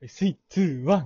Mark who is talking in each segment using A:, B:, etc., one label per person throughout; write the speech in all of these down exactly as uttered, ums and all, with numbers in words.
A: スリー、ツー、ワン。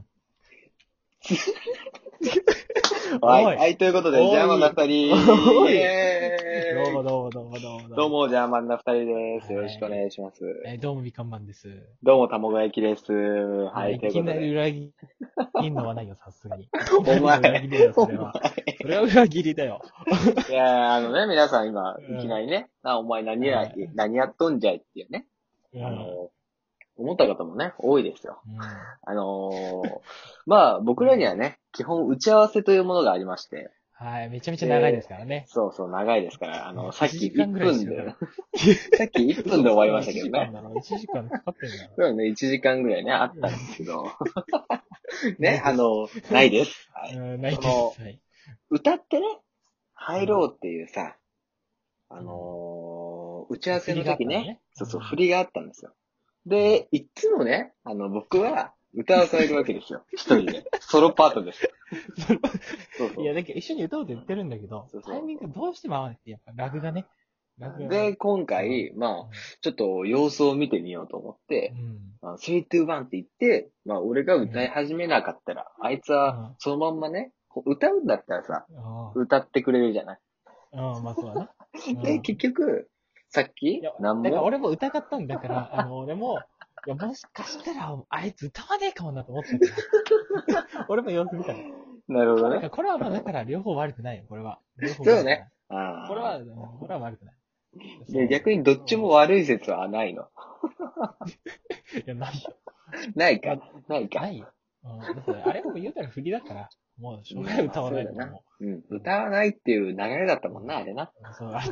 B: はい。
A: おい
B: はい、ということで、
A: おい
B: ジャーマンな二人。
A: おい
B: イエーイ。
A: どうもどうもどうもどうも
B: どうも、ジャーマンな二人です。よろしくお
A: はい
B: 願いします。
A: えーどうもみかんマンです。
B: どうも、卵焼きです。
A: いや、
B: はい、
A: いきなり
B: ということで。
A: 裏切りんのはないよ、さすがに。い
B: お
A: きなりの裏切りだよ、そ
B: 前、
A: れは。
B: お前。
A: それは裏切りだよ。
B: いやー、あのね、皆さん今、
A: うん
B: いきなりね、あ、お前何や、
A: はい
B: 何やっとんじゃいっていうね、
A: うん。
B: あの、思った方もね、多いですよ。
A: うん。
B: あのー、まあ、僕らにはね、基本打ち合わせというものがありまして、
A: はい、めちゃめちゃ長いですからね。
B: そうそう、長いですから、あの、さっ
A: 1
B: き1
A: 時間ぐらいし
B: 分で、
A: てるから。
B: さっきいっぷんで終わりましたけど
A: いちじかん
B: ね。
A: だろ、いちじかんかかってんだろ。
B: そうね、いちじかんぐらいね、あったんですけど。ね、
A: ないです
B: あの、ないです。はい。
A: うんないで
B: その
A: す。はい。
B: 歌ってね、入ろうっていうさ、あのー打ち合わせの時
A: 振りがあったの
B: ね、
A: ね。
B: そうそう、
A: うん
B: 振りがあったんですよ。で、いっつもね、あの、僕は歌わされるわけですよ。一人で。ソロパートです。そうそ
A: いや、
B: う。
A: だけど一緒に歌おうと言ってるんだけど
B: そう、そう
A: タイミングどうしても合わないって、やっぱラグがね。ラグがね。
B: で、今回、まあ、ちょっと様子を見てみようと思っ
A: う
B: て、
A: ん。
B: あスリー、ツー、ワンって言って、まあ、俺が歌い始めなかったら、あいつはそのまんまね、こう歌うんだったらさ、
A: うん。
B: 歌ってくれるじゃない。
A: うん、まあそうだね。うん
B: で、結局、さっき、
A: いや、
B: なんも、
A: だから俺も疑ったんだから、あの、俺も、いや、もしかしたら、あいつ歌わねえかもなと思ったから。俺も様子見たの。
B: なるほどね。
A: だからこれはまあ、だから両方悪くないよ、これは。両方
B: そうよね。
A: 悪くない。これは、
B: ああ。
A: うんこれは悪くない。
B: で、逆に
A: そう。
B: どっちも悪い説はないの。
A: いや、ないよ。
B: ないか。
A: まあ、
B: ないか。
A: ないよ。うん、だってあれも言うたら振りだから、もう、しょうがない
B: うんまあ
A: 歌わないの
B: そうだな。
A: も
B: うん。歌わないっていう流れだったもんな、あれな。
A: う。そう、あ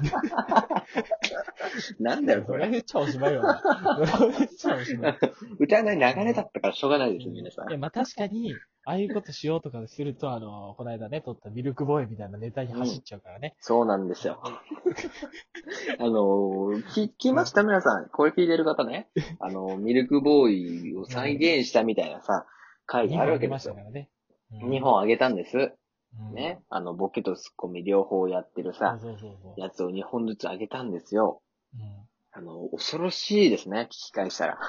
B: なんだよ、それ。
A: それ言っちゃおしまいよ、お前。それ言っちゃおしまい。
B: 歌わない流れだったからしょうがないです、
A: うん
B: 皆さん。
A: いや、まあ確かに、ああいうことしようとかすると、あの、この間ね、撮ったミルクボーイみたいなネタに走っちゃうからね。
B: そうなんですよ。あのー、聞きました皆さん。これ聞いてる方ね。あの、ミルクボーイを再現したみたいなさ、回があ
A: にほんあげ
B: るわけですよ。
A: ましたからね。うん
B: にほんあげたんです。
A: うん
B: ね。あの、ボケとツッコミ両方やってるさ、
A: そうそうそうそ
B: やつをにほんずつあげたんですよ。
A: う。うん
B: あの、恐ろしいですね、聞き返したら。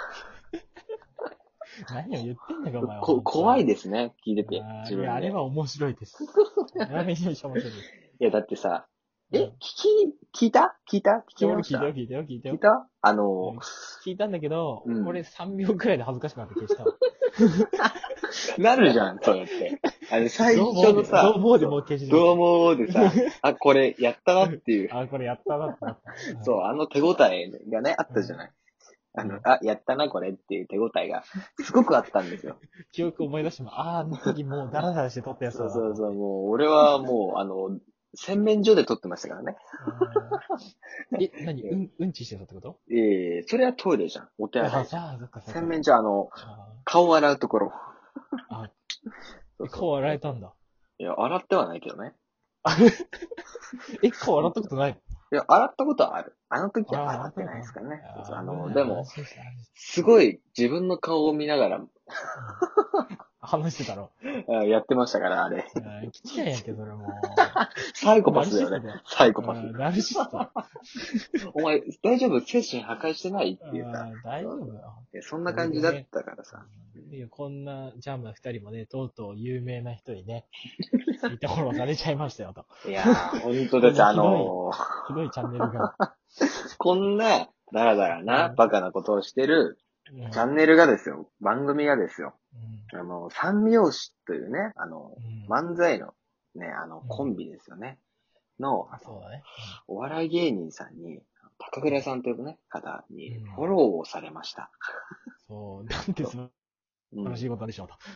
A: 何を言ってんだか、お前は。
B: こ、怖い
A: で
B: ですね、聞いてて、自
A: いや、あ
B: 分で。い
A: れは面白いです。あれはめちゃめちゃ面白いです。
B: や、だってさ、え、
A: うん
B: 聞き、聞いた聞いた聞き
A: いや、
B: 直した
A: 俺聞いたよ、聞いたよ、聞いたよ。
B: 聞いたあ
A: う
B: の
A: ん、聞いたんだけど、
B: うん
A: 俺さんびょうくらいで恥ずかしくなって消したわ。
B: なるじゃん、そうやって。あの、最
A: どう
B: 初のさ、
A: どうもでもう消して
B: どうもでさ、あ、これやったなっていう、
A: あ、これやったなってなった。
B: そう、あの手応えがね、あったじゃない。あの、
A: うん
B: あ、やったな、これっていう手応えが、すごくあったんですよ。
A: 記憶思い出しても、ああ、あの時もうダラダラして撮ったやつだな。
B: そうそうそう、もう、俺はもう、あの、洗面所で撮ってましたからね。
A: うんえ、何うん、うんちしてたってこと
B: ええそれはトイレじゃん。お手洗
A: あ、
B: いじゃん。
A: さあ、そっかそっか。
B: 洗面所、あの、
A: あ
B: 顔洗うところ。
A: あ、あ
B: そうそう
A: 顔洗えたんだ。
B: いや、洗ってはないけどね。
A: え、顔洗ったことない
B: いや、洗ったことはある。あの時は
A: ああ、
B: 洗ってないですからね。そうそうあの、
A: あ
B: でも、
A: 安心して、安心して。
B: すごい自分の顔を見ながら、
A: うん話してたろ。
B: あやってましたから、あれ。
A: うんきちやんやんけ、それもう。
B: サイコパスだよね
A: ナルシストだよ。
B: サイコパス
A: う。んナルシスト。
B: お前、大丈夫精神破壊してないっていうさ
A: あ。ー大丈夫よ。
B: いやそんな感じだったからさ。
A: いや、こんなジャムな二人もね、とうとう有名な人にね、いたフォローされちゃいましたよと。
B: いやー、ほんとです。あのー、
A: ひどいチャンネルが。
B: こんな、だらだらな、
A: うん
B: バカなことをしてる、
A: うん
B: チャンネルがですよ、番組がですよ、
A: うん
B: あの、三拍子というね、あの、
A: うん
B: 漫才のね、あの、
A: うん
B: コンビですよね。の、あの、
A: そうだね。
B: お笑い芸人さんに、高倉さんというね、方に
A: うん
B: フォローをされました。
A: そう、なんて素
B: うん
A: 晴らしいことなんでしょうと。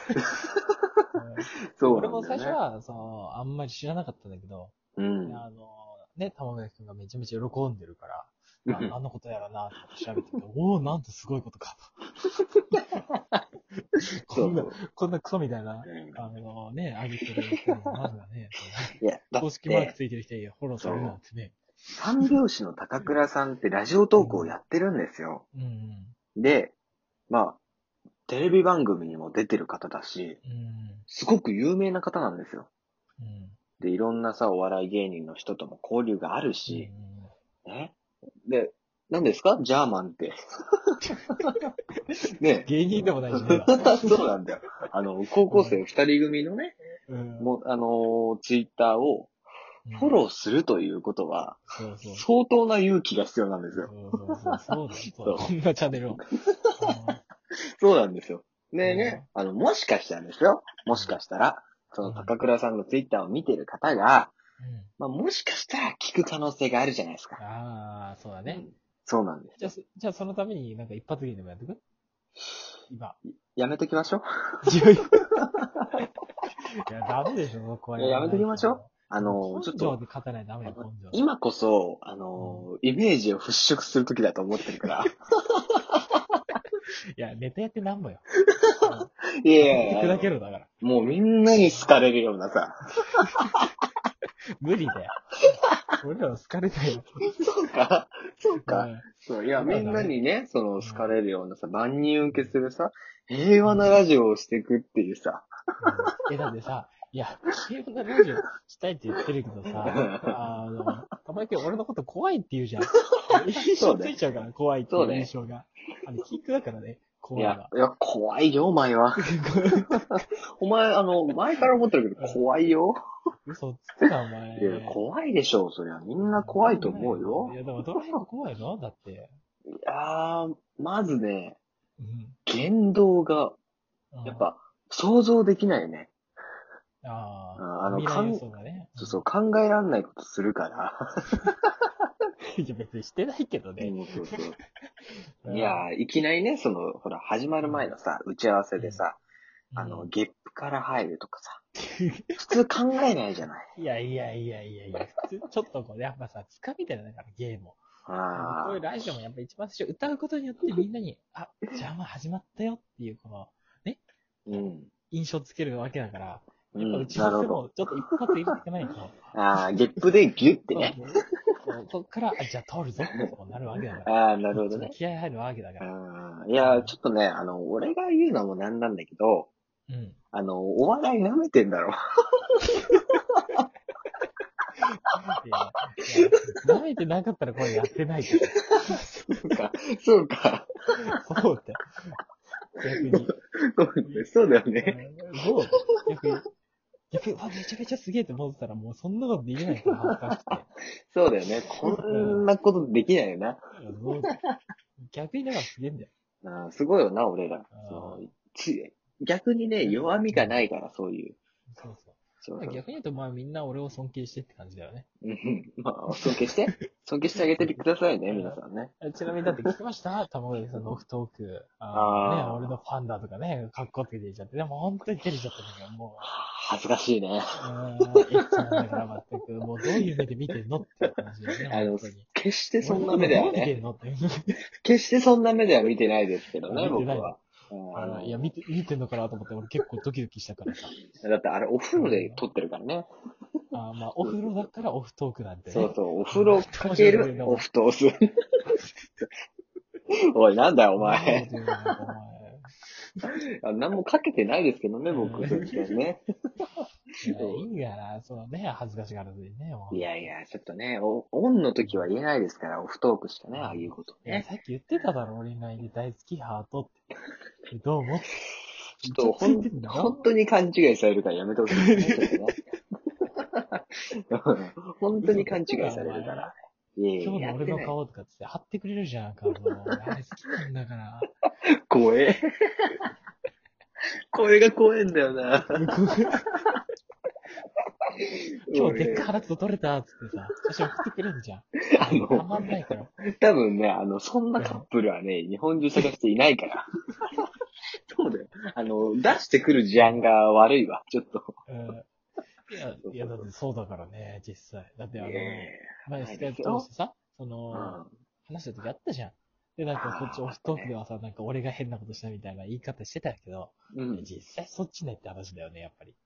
B: そう
A: 俺も
B: なんだよね。
A: 最初は、そう、あんまり知らなかったんだけど、
B: うん。
A: あの、ね、玉垣くんがめちゃめちゃ喜んでるから、あ何のことやらなと思って調べてみて、おおなんてすごいことかと。こんな、こんなクソみたいな、
B: うん
A: あのね、あげてる人に、まずはね、
B: いや、だ
A: 公
B: って、
A: 式マークついてる人にフォローされるなんてね。
B: 三拍子の高倉さんってラジオトークをやってるんですよ。
A: うん
B: で、まあ、テレビ番組にも出てる方だし、
A: うん。うん。
B: すごく有名な方なんですよ。
A: うん。
B: で、いろんなさ、お笑い芸人の人とも交流があるし、ね。で、 何ですかジャーマンって。ね
A: 芸人でもないしね。
B: そうなんだよ。あの、高校生二人組のね、
A: うん。
B: もう、あのー、ツイッターをフォローするということは、
A: そうそう。
B: 相当な勇気が必要なんですよ。
A: そうそうそう。そうだよ。
B: そう
A: こんなチャンネルを。
B: そうなんですよ。で
A: うん
B: ね、あの、もしかしたらですよ。もしかしたら、その高倉さんのツイッターを見てる方が、
A: うん。
B: まあ、もしかしたら聞く可能性があるじゃないですか。
A: ああ、そうだね。
B: そうなんですよ。
A: じゃあ、じゃあそのためになんか一発芸でもやってく今。
B: やめときましょう。
A: いや、ダメでしょ、これ。
B: いややめときましょう。あの、ちょっと、
A: 根性で勝たないとダメよ、根性で。
B: 今こそ、あの、イメージを払拭するときだと思ってるから。
A: いや、ネタやってなんぼよ。
B: いやいや
A: 砕けるだから。
B: もうみんなに好かれるようなさ。
A: 無理だよ。俺らは好かれないよ。
B: そうか。そうか。
A: うん
B: そう、いや、みんなにね、その好かれるようなさ、万人受けするさ、平和なラジオをしていくっていうさ。
A: うん、え、だってさ、いや、平和なラジオしたいって言ってるけどさ、あの、たまに俺のこと怖いって言うじゃん。印象ついちゃうから、怖いっていう印象が。あの、キックだからね、怖
B: いや
A: いは。、
B: いや、怖いよ、お前は。お前、あの、前から思ってるけど、怖いよ。
A: 嘘つくな、お前。
B: いや、怖いでしょう、そりゃ。みんな怖いと思うよ。
A: いや、でもどの辺が怖いのだって。
B: いやー、まずね、
A: うん。
B: 言動が、やっぱ、想像できないね。
A: あ
B: あ
A: あ、
B: の
A: 未来予想がね。
B: そうそう、考えられないことするから。
A: いや、別にしてないけどね。
B: うん、そうそう。いやー、いきなりね、その、ほら、始まる前のさ、打ち合わせでさ、あの、ゲップから入るとかさ、普通考えないじゃない。
A: いやいやいやいやいや、普通、ちょっとこう、やっぱさ、つかみたいなだから、ゲームを。
B: あ
A: こういうラジオもやっぱ一番最初歌うことによってみんなに、あ、じゃあまあ始まったよっていう、この、ね、
B: うん。
A: 印象つけるわけだから、
B: うん
A: やっぱうちの人もちょっと一発入れていかないと。
B: ああ、ゲップでギュッてね。
A: そう、そっから、あ、じゃあ通るぞってこうなるわけだから。
B: ああ、なるほどね。
A: 気合入るわけだから。
B: あいや、ちょっとね、あの、俺が言うのもなんなんだけど、
A: うん。
B: あの、お笑い舐めてんだろ。
A: いや、いや、舐めてなかったらこれやってないけど。
B: そうか、そうか。
A: そうって。逆に。
B: そうだよね。
A: そう。逆に。逆に、わ、めちゃめちゃすげえって思ってたらもうそんなことできないから恥ずかしくて。
B: そうだよね。こんなことできないよな。
A: そう逆にだからすげえんだよ。
B: あすごいよな、俺ら。そうち逆にね、弱みがないから、そういう。
A: そうそう。
B: そうそう
A: 逆に言うと、まあみんな俺を尊敬してって感じだよね。
B: うん。まあ、尊敬して。尊敬してあげてくださいね、皆さんね。
A: ちなみにだって聞きました玉森さんのオフトーク。
B: ああ。
A: ね、俺のファンだとかね、かっこつけていっちゃって。でも本当に照れちゃったんだけど、もう。
B: 恥ずかしいね。
A: うん、エッチなんだから全く。もうどういう目で見てんのっていう感じだよね。
B: あの、決してそんな目ではね。決してそんな目では見てないですけどね、僕は。
A: あのいや、見て、見てんのかなと思って、俺結構ドキドキしたからさ。
B: だってあれ、お風呂で撮ってるからね。
A: あまあ、お風呂だからオフトークなんてね。
B: そうそう、お風呂かけるオフトース。おい、なんだよ、お前。何もかけてないですけどね、僕、ね。
A: いや、いいがな、そうね、恥ずかしがらずにね。
B: いやいや、ちょっとね、オンの時は言えないですから、オフトークしかね、ああいうことね。
A: さっき言ってただろ、俺がで大好きハートって。どうも
B: ちょっとほん、本当に勘違いされるからやめてほしいですね。本当に勘違いされるから。
A: 今日の俺の顔とかって貼ってくれるじゃん、顔。あれ好きなんだから。
B: 怖え。声が怖えんだよな。
A: 今日でっかい腹と取れたっつってさ、写真送ってくれるじゃん。あの、たまんないから。
B: 多分ね、あの、そんなカップルはね、日本中探していないから。そうだよ。あの、出してくる事案が悪いわ、ちょっと。
A: いや、いや、だってそうだからね、実際。だってあの、前スカイプ通してさ、その、話した時あったじゃん。で、なんかこっちオフトークではさ、なんか俺が変なことしたみたいな言い方してたけど、実際そっちねって話だよね、やっぱり。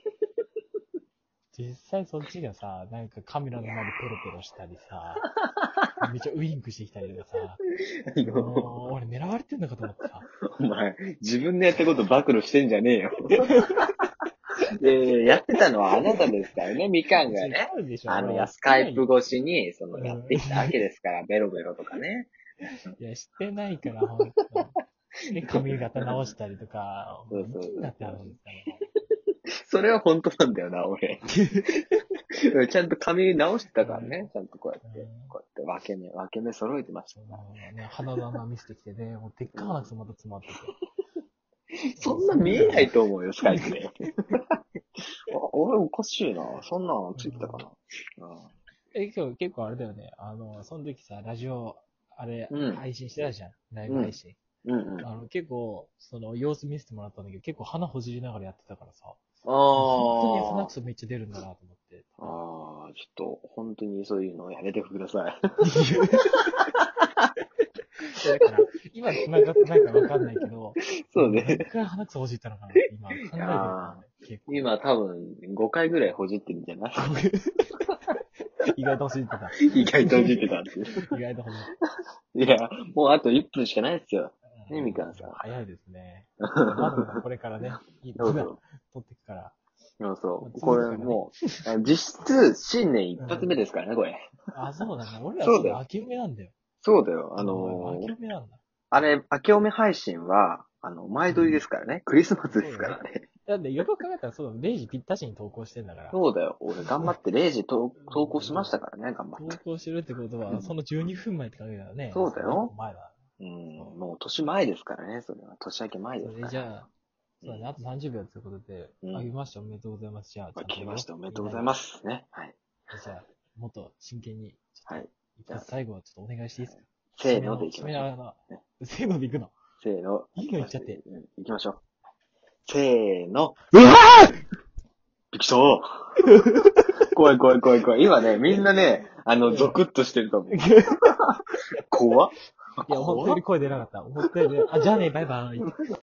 A: 実際そっちがさ、なんかカメラの前でペロペロしたりさ、めっちゃウインクしてきたりとかさ、もう俺狙われてんのかと思ってさ。
B: お前、自分でやったこと暴露してんじゃねえよ。 で、やってたのはあなたですからね、みかんがね。
A: 違うでしょ。
B: あの、
A: 俺は
B: スカイプ越しに、その、
A: うん
B: やってきたわけですから、ベロベロとかね。
A: いや、してないから、ほんと。で、髪型直したりとか、
B: そうそうそう
A: いいなってあるんですからね。
B: それは本当なんだよな、俺。ちゃんと髪直してたからね、ちゃんとこうやって、こうやって分け目、分け目揃えてましたから。
A: ね、鼻の穴見せてきてね、もうでっかい鼻くそまた詰まってて。
B: そんな見えないと思うよ、スカイプで。あ俺おかしいな。そんなのついてたかな。
A: え、今日結構あれだよね。あの、その時さ、ラジオ、あれ、
B: うん
A: 配信してたじゃん。ライブ配信。
B: うんうん。
A: あの、結構、その、様子見せてもらったんだけど、結構鼻ほじりながらやってたからさ。
B: あ
A: 本当に鼻
B: あ
A: く。そめっちゃ出るんだなと思って。
B: ああ、ちょっと、本当にそういうのをやめてください。
A: だから、今繋がってないかわかんないけど、
B: そうね。
A: 何回鼻くそほじったのかなって今考えてるからね。結構。
B: 今多分ごかいぐらいほじってるんじゃない
A: 意外とほじってた。
B: 意外とほじってたっていう。
A: 意外とほじって
B: いや、もうあといっぷんしかないですよ。
A: た。
B: ねみかんさん
A: 早いですね。まだまだこれからね、いい動画
B: そうそう。
A: 撮っていくから。
B: そうそう。
A: 続くからね
B: これもう、あ実質、新年一発目ですからね、これ。
A: あ、そうだね。俺ら
B: そうだよ
A: 明けおめなんだよ。
B: そうだよ。あ
A: あ
B: のー
A: 明けおめなんだ。
B: あれ、明けおめ配信は、あの、前撮りですからね。クリスマスですからね。
A: だってよく考えたらそうだ、れいじぴったしに投稿してんだから。
B: そうだよ。俺頑張ってれいじ投投稿しましたからね、頑張って。
A: 投稿してるってことは、そのじゅうにふんまえって考えたらね。
B: そうだよ
A: その前だ。
B: うん、もう年前ですからね、それは。年明け前で
A: そ
B: すから。
A: れじゃあ、そうだね、あとさんじゅうびょうということで、
B: うん
A: あげましておめでとうございます。じゃあ、ちゃんと
B: 明けましておめでとうござい
A: す。
B: ます。ね。はい。
A: じゃあ、もっと真剣に、ちょっ
B: はい。
A: と、一発最後はちょっとお願いしていいですか？
B: せーのでいきましょう。
A: 締めながら、せーのでいくの。
B: せーの。
A: いいの言っちゃって。
B: うん行きましょう。せーの。
A: うわ
B: びっくりした怖い怖い怖い怖い。今ね、みんなね、あの、ゾクッとしてると思う。怖っ。
A: いや、思ったより声出なかった。思ったより、あ、じゃあね、バイバイ。